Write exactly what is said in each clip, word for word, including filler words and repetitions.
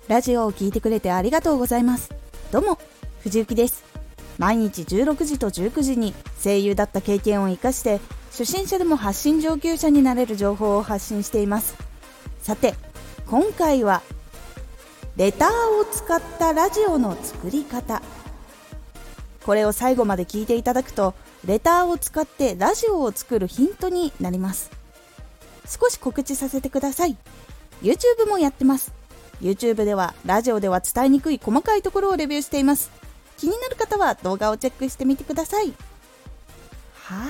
ラジオを聞いてくれてありがとうございます。どうも藤幸です。毎日じゅうろくじとじゅうくじに声優だった経験を生かして初心者でも発信上級者になれる情報を発信しています。さて今回はレターを使ったラジオの作り方、これを最後まで聞いていただくとレターを使ってラジオを作るヒントになります。少し告知させてください。 YouTube もやってます。 YouTube ではラジオでは伝えにくい細かいところをレビューしています。気になる方は動画をチェックしてみてください。はい、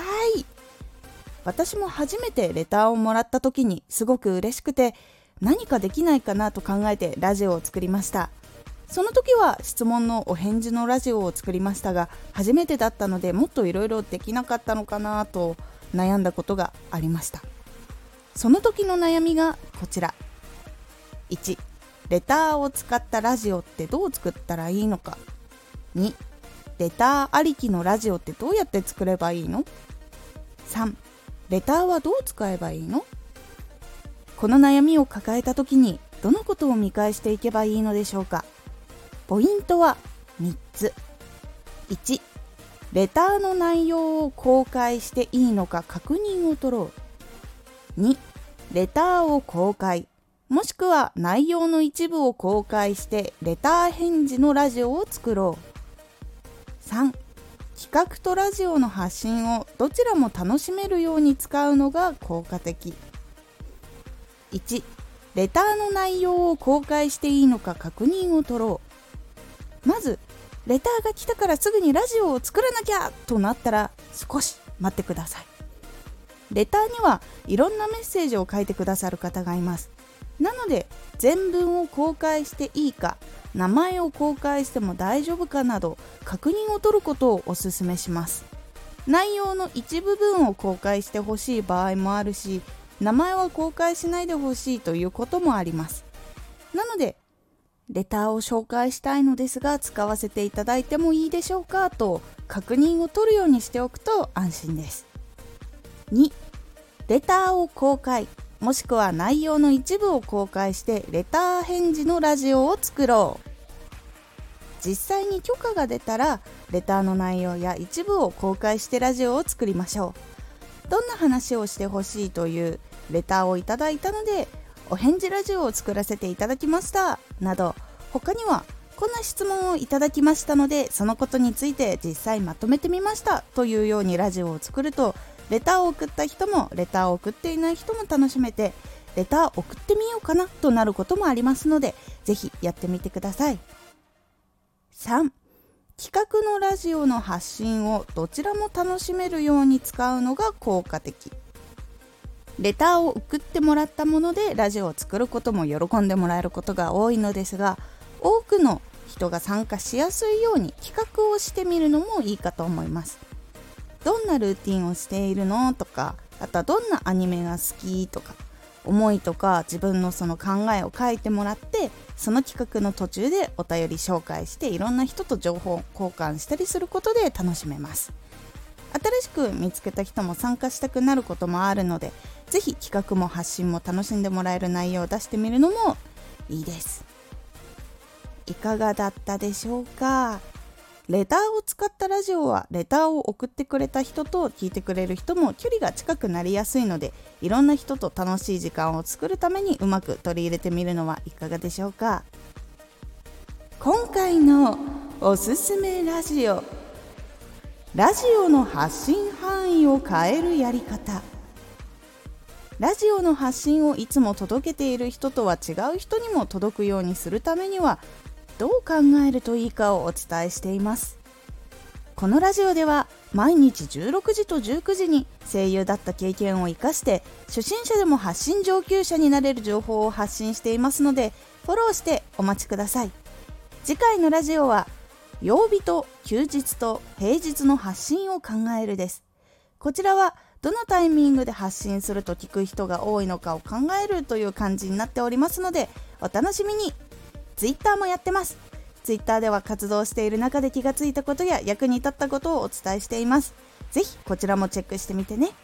私も初めてレターをもらった時にすごく嬉しくて、何かできないかなと考えてラジオを作りました。その時は質問のお返事のラジオを作りましたが、初めてだったのでもっといろいろできなかったのかなと悩んだことがありました。その時の悩みがこちら。いち、レターを使ったラジオってどう作ったらいいのか。に、レターありきのラジオってどうやって作ればいいの。さん、レターはどう使えばいいの。この悩みを抱えた時にどのことを見返していけばいいのでしょうか。ポイントはみっつ。いち、レターの内容を公開していいのか確認を取ろう。に、レターを公開、もしくは内容の一部を公開してレター返事のラジオを作ろう。さん、企画とラジオの発信をどちらも楽しめるように使うのが効果的。いち、レターの内容を公開していいのか確認を取ろう。まずレターが来たからすぐにラジオを作らなきゃとなったら少し待ってください。レターにはいろんなメッセージを書いてくださる方がいます。なので全文を公開していいか、名前を公開しても大丈夫かなど確認を取ることをお勧めします。内容の一部分を公開してほしい場合もあるし、名前は公開しないでほしいということもあります。なのでレターを紹介したいのですが使わせていただいてもいいでしょうかと確認を取るようにしておくと安心です。に、レターを公開、もしくは内容の一部を公開してレター返事のラジオを作ろう。実際に許可が出たらレターの内容や一部を公開してラジオを作りましょう。どんな話をしてほしいというレターをいただいたのでお返事ラジオを作らせていただきましたなど、他にはこんな質問をいただきましたのでそのことについて実際まとめてみましたというようにラジオを作ると、レターを送った人もレターを送っていない人も楽しめて、レター送ってみようかなとなることもありますのでぜひやってみてください。さん、企画のラジオの発信をどちらも楽しめるように使うのが効果的。レターを送ってもらったものでラジオを作ることも喜んでもらえることが多いのですが、多くの人が参加しやすいように企画をしてみるのもいいかと思います。どんなルーティンをしているのとか、あとはどんなアニメが好きとか、思いとか自分のその考えを書いてもらって、その企画の途中でお便り紹介していろんな人と情報交換したりすることで楽しめます。新しく見つけた人も参加したくなることもあるので、ぜひ企画も発信も楽しんでもらえる内容を出してみるのもいいです。いかがだったでしょうか。レターを使ったラジオはレターを送ってくれた人と聞いてくれる人も距離が近くなりやすいので、いろんな人と楽しい時間を作るためにうまく取り入れてみるのはいかがでしょうか。今回のおすすめラジオ、ラジオの発信範囲を変えるやり方。ラジオの発信をいつも届けている人とは違う人にも届くようにするためにはどう考えるといいかをお伝えしています。このラジオでは毎日じゅうろくじとじゅうくじに声優だった経験を生かして初心者でも発信上級者になれる情報を発信していますので、フォローしてお待ちください。次回のラジオは曜日と休日と平日の発信を考えるです。こちらはどのタイミングで発信すると聞く人が多いのかを考えるという感じになっておりますのでお楽しみに。ツイッターもやってます。ツイッターでは活動している中で気がついたことや役に立ったことをお伝えしています。ぜひこちらもチェックしてみてね。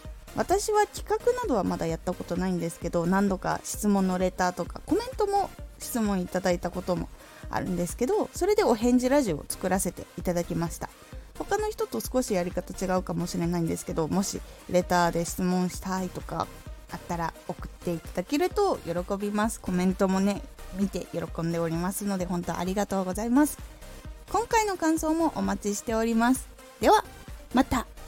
私は企画などはまだやったことないんですけど、何度か質問のレターとかコメントも質問いただいたこともあるんですけど、それでお返事ラジオを作らせていただきました。他の人と少しやり方違うかもしれないんですけど、もしレターで質問したいとかあったら送っていただけると喜びます。コメントもね見て喜んでおりますので、本当ありがとうございます。今回の感想もお待ちしております。ではまた。